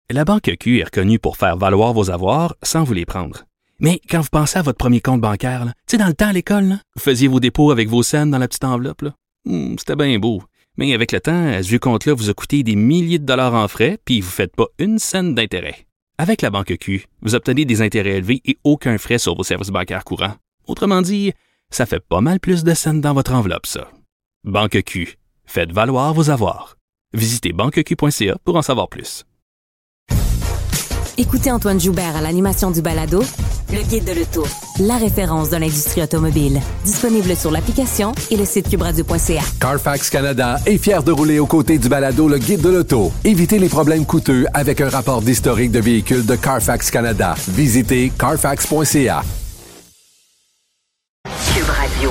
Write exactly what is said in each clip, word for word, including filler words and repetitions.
La Banque Q est reconnue pour faire valoir vos avoirs sans vous les prendre. Mais quand vous pensez à votre premier compte bancaire, tu sais, dans le temps à l'école, là, vous faisiez vos dépôts avec vos scènes dans la petite enveloppe. Là. Hum, c'était bien beau. Mais avec le temps, à ce vieux compte-là vous a coûté des milliers de dollars en frais, puis vous ne faites pas une scène d'intérêt. Avec la Banque Q, vous obtenez des intérêts élevés et aucun frais sur vos services bancaires courants. Autrement dit, ça fait pas mal plus de scènes dans votre enveloppe, ça. Banque Q. Faites valoir vos avoirs. Visitez banque q point c a pour en savoir plus. Écoutez Antoine Joubert à l'animation du balado Le Guide de l'auto, la référence de l'industrie automobile. Disponible sur l'application et le site cube radio point c a. Carfax Canada est fier de rouler aux côtés du balado Le Guide de l'auto. Évitez les problèmes coûteux avec un rapport d'historique de véhicules de Carfax Canada. Visitez carfax point c a. Cube Radio.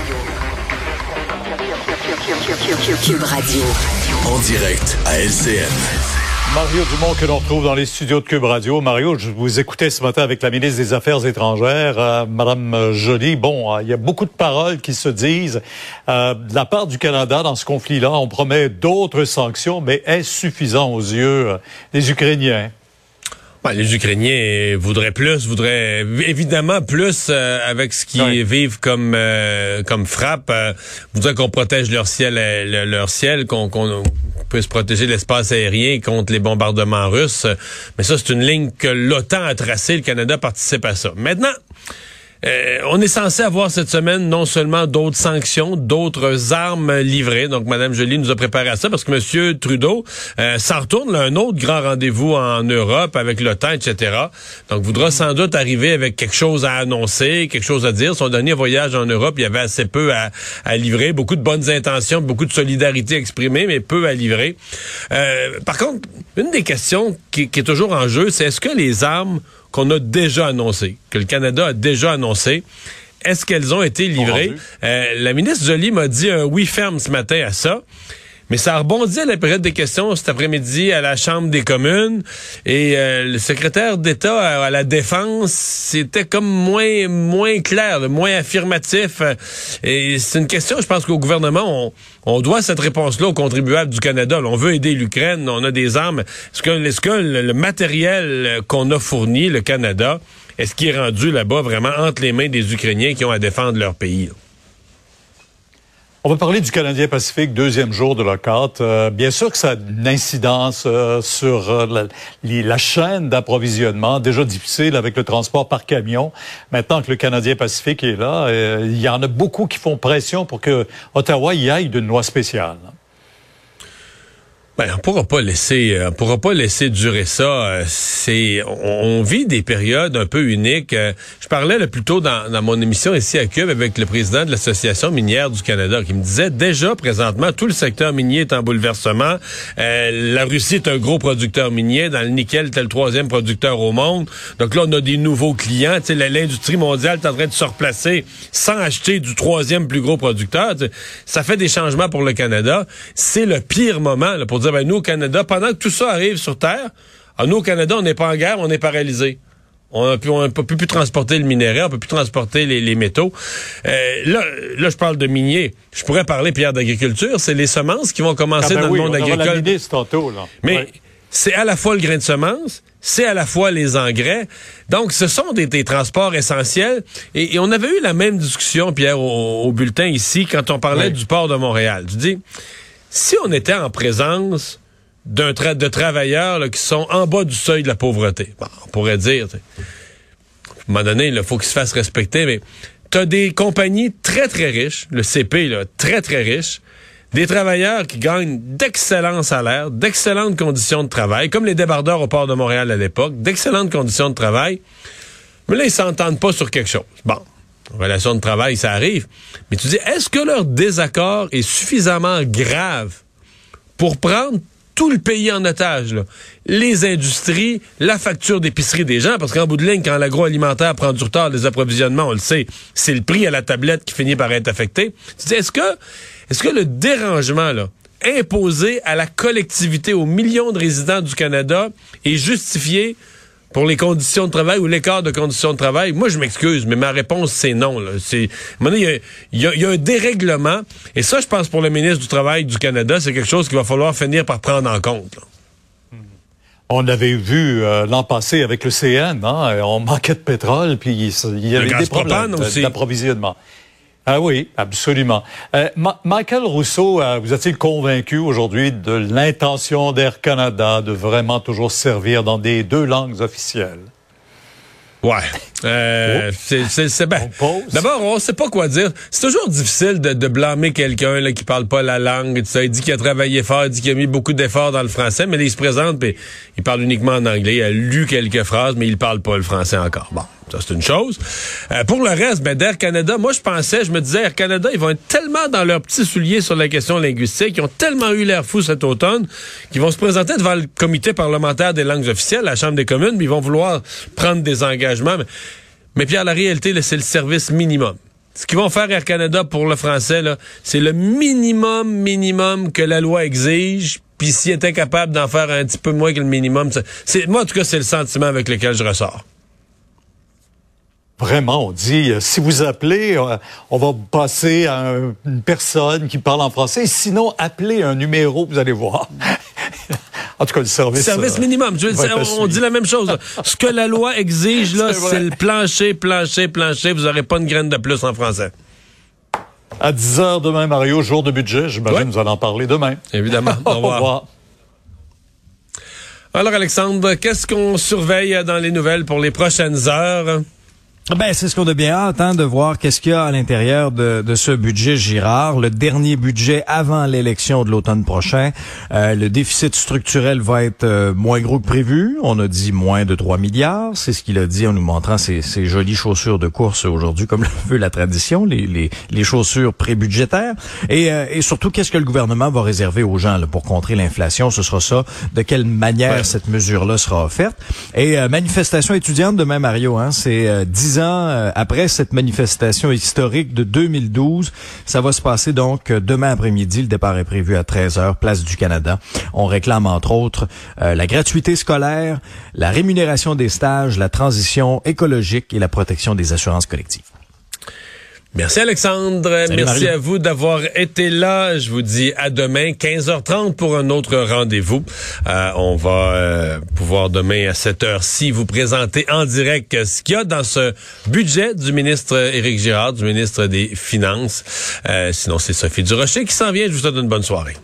Cube Radio. En direct à L C N. Mario Dumont que l'on retrouve dans les studios de Cube Radio. Mario, je vous écoutais ce matin avec la ministre des Affaires étrangères, euh, Madame Joly. Bon, euh, il y a beaucoup de paroles qui se disent euh, de la part du Canada dans ce conflit-là. On promet d'autres sanctions, mais est-ce suffisant aux yeux euh, des Ukrainiens? Ouais, les Ukrainiens voudraient plus, voudraient évidemment plus euh, avec ce qu'ils oui. vivent comme euh, comme frappe. Euh, voudraient qu'on protège leur ciel, euh, leur ciel, qu'on, qu'on puisse protéger l'espace aérien contre les bombardements russes. Mais ça, c'est une ligne que l'OTAN a tracée. Le Canada participe à ça. Maintenant, Euh, on est censé avoir cette semaine non seulement d'autres sanctions, d'autres armes livrées. Donc, Mme Joly nous a préparé à ça parce que M. Trudeau euh, s'en retourne là, un autre grand rendez-vous en Europe avec l'OTAN, et cetera. Donc, voudra sans doute arriver avec quelque chose à annoncer, quelque chose à dire. Son dernier voyage en Europe, il y avait assez peu à, à livrer. Beaucoup de bonnes intentions, beaucoup de solidarité exprimée, mais peu à livrer. Euh, par contre, une des questions qui, qui est toujours en jeu, c'est est-ce que les armes qu'on a déjà annoncé, que le Canada a déjà annoncé, est-ce qu'elles ont été livrées? Euh, la ministre Joly m'a dit un oui ferme ce matin à ça, mais ça a rebondi à la période des questions cet après-midi à la Chambre des communes, et euh, le secrétaire d'État à, à la Défense, c'était comme moins moins clair, moins affirmatif, et c'est une question, je pense qu'au gouvernement, on, on doit cette réponse-là aux contribuables du Canada. Là, on veut aider l'Ukraine, on a des armes. Est-ce que, est-ce que le, le matériel qu'on a fourni, le Canada, est-ce qu'il est rendu là-bas vraiment entre les mains des Ukrainiens qui ont à défendre leur pays? Là? On va parler du Canadien Pacifique, deuxième jour de l'O C A T. Euh, bien sûr que ça a une incidence euh, sur euh, la, les, la chaîne d'approvisionnement, déjà difficile avec le transport par camion. Maintenant que le Canadien Pacifique est là, euh, il y en a beaucoup qui font pression pour que Ottawa y aille d'une loi spéciale. Ben, on pourra pas laisser, on pourra pas laisser durer ça. C'est, on, on vit des périodes un peu uniques. Je parlais là, plus tôt dans, dans mon émission ici à Cube avec le président de l'Association minière du Canada qui me disait déjà présentement tout le secteur minier est en bouleversement. Euh, la Russie est un gros producteur minier. Dans le nickel, c'est le troisième producteur au monde. Donc là, on a des nouveaux clients. Tu sais, l'industrie mondiale est en train de se replacer sans acheter du troisième plus gros producteur. Tu sais, ça fait des changements pour le Canada. C'est le pire moment là, pour dire ben, nous, au Canada, pendant que tout ça arrive sur Terre, alors, nous, au Canada, on n'est pas en guerre, on est paralysé. On ne peut, peut plus transporter le minerai, on peut plus transporter les, les métaux. Euh, là, là, je parle de miniers. Je pourrais parler, Pierre, d'agriculture. C'est les semences qui vont commencer ah ben dans oui, le monde on agricole. La ministre, tantôt, là. Mais oui. C'est à la fois le grain de semence, c'est à la fois les engrais. Donc, ce sont des, des transports essentiels. Et, et on avait eu la même discussion, Pierre, au, au bulletin ici, quand on parlait oui. du port de Montréal. Tu dis, si on était en présence d'un tra- de travailleurs là, qui sont en bas du seuil de la pauvreté. Bon, on pourrait dire, à un moment donné, il faut qu'ils se fassent respecter, mais t'as des compagnies très, très riches, le C P, là, très, très riche, des travailleurs qui gagnent d'excellents salaires, d'excellentes conditions de travail, comme les débardeurs au port de Montréal à l'époque, d'excellentes conditions de travail, mais là, ils s'entendent pas sur quelque chose. Bon, relation de travail, ça arrive, mais tu dis, est-ce que leur désaccord est suffisamment grave pour prendre tout le pays en otage, là. Les industries, la facture d'épicerie des gens, parce qu'en bout de ligne, quand l'agroalimentaire prend du retard des approvisionnements, on le sait, c'est le prix à la tablette qui finit par être affecté. Tu dis, est-ce que, est-ce que le dérangement, là, imposé à la collectivité, aux millions de résidents du Canada, est justifié pour les conditions de travail ou l'écart de conditions de travail? Moi, je m'excuse, mais ma réponse, c'est non. Là. C'est, il y a, il y a, il y a un dérèglement, et ça, je pense, pour le ministre du Travail du Canada, c'est quelque chose qu'il va falloir finir par prendre en compte. Là. On l'avait vu euh, l'an passé avec le C N, hein, on manquait de pétrole, puis il y avait des problèmes d'approvisionnement. Ah oui, absolument. Euh, Ma- Michael Rousseau, euh, vous êtes-il convaincu aujourd'hui de l'intention d'Air Canada de vraiment toujours servir dans des deux langues officielles? Ouais. Euh, oh. c'est, c'est, c'est ben, d'abord, on sait pas quoi dire. C'est toujours difficile de, de blâmer quelqu'un là, qui parle pas la langue et tout ça. Il dit qu'il a travaillé fort, il dit qu'il a mis beaucoup d'efforts dans le français, mais là, il se présente et il parle uniquement en anglais. Il a lu quelques phrases, mais il parle pas le français encore. Bon, ça c'est une chose. Euh, pour le reste, ben d'Air Canada, moi je pensais, je me disais, Air Canada, ils vont être tellement dans leurs petits souliers sur la question linguistique, ils ont tellement eu l'air fou cet automne, qu'ils vont se présenter devant le comité parlementaire des langues officielles, la Chambre des communes, mais ils vont vouloir prendre des engagements. Mais, mais Pierre, la réalité, là, c'est le service minimum. Ce qu'ils vont faire Air Canada pour le français, là, c'est le minimum, minimum que la loi exige. Puis s'ils étaient capables d'en faire un petit peu moins que le minimum, ça, c'est, moi en tout cas, c'est le sentiment avec lequel je ressors. Vraiment, on dit, euh, si vous appelez, euh, on va passer à un, une personne qui parle en français. Sinon, appelez un numéro, vous allez voir. En tout cas, le service... Service euh, minimum. Je, on, on dit la même chose. Ce que la loi exige, là, c'est, c'est le plancher, plancher, plancher. Vous n'aurez pas une graine de plus en français. À dix heures demain, Mario, jour de budget. J'imagine que ouais. Nous allons en parler demain. Évidemment. Au revoir. Au revoir. Alors, Alexandre, qu'est-ce qu'on surveille dans les nouvelles pour les prochaines heures? Ben, c'est ce qu'on a bien hâte, hein, de voir qu'est-ce qu'il y a à l'intérieur de, de ce budget Girard, le dernier budget avant l'élection de l'automne prochain. Euh, le déficit structurel va être euh, moins gros que prévu. On a dit moins de trois milliards. C'est ce qu'il a dit en nous montrant ses, ses jolies chaussures de course aujourd'hui, comme le veut la tradition, les, les, les chaussures prébudgétaires. Et, euh, et surtout, qu'est-ce que le gouvernement va réserver aux gens là, pour contrer l'inflation? Ce sera ça. De quelle manière ouais. cette mesure-là sera offerte? Et euh, manifestation étudiante demain, Mario, hein, c'est euh, dix ans après cette manifestation historique de deux mille douze. Ça va se passer donc demain après-midi. Le départ est prévu à treize heures, place du Canada. On réclame entre autres euh, la gratuité scolaire, la rémunération des stages, la transition écologique et la protection des assurances collectives. Merci Alexandre. Salut Merci Marie. À vous d'avoir été là. Je vous dis à demain, quinze heures trente pour un autre rendez-vous. Euh, on va euh, pouvoir demain à cette heure-ci vous présenter en direct ce qu'il y a dans ce budget du ministre Éric Girard, du ministre des Finances. Euh, sinon, c'est Sophie Durocher qui s'en vient. Je vous souhaite une bonne soirée.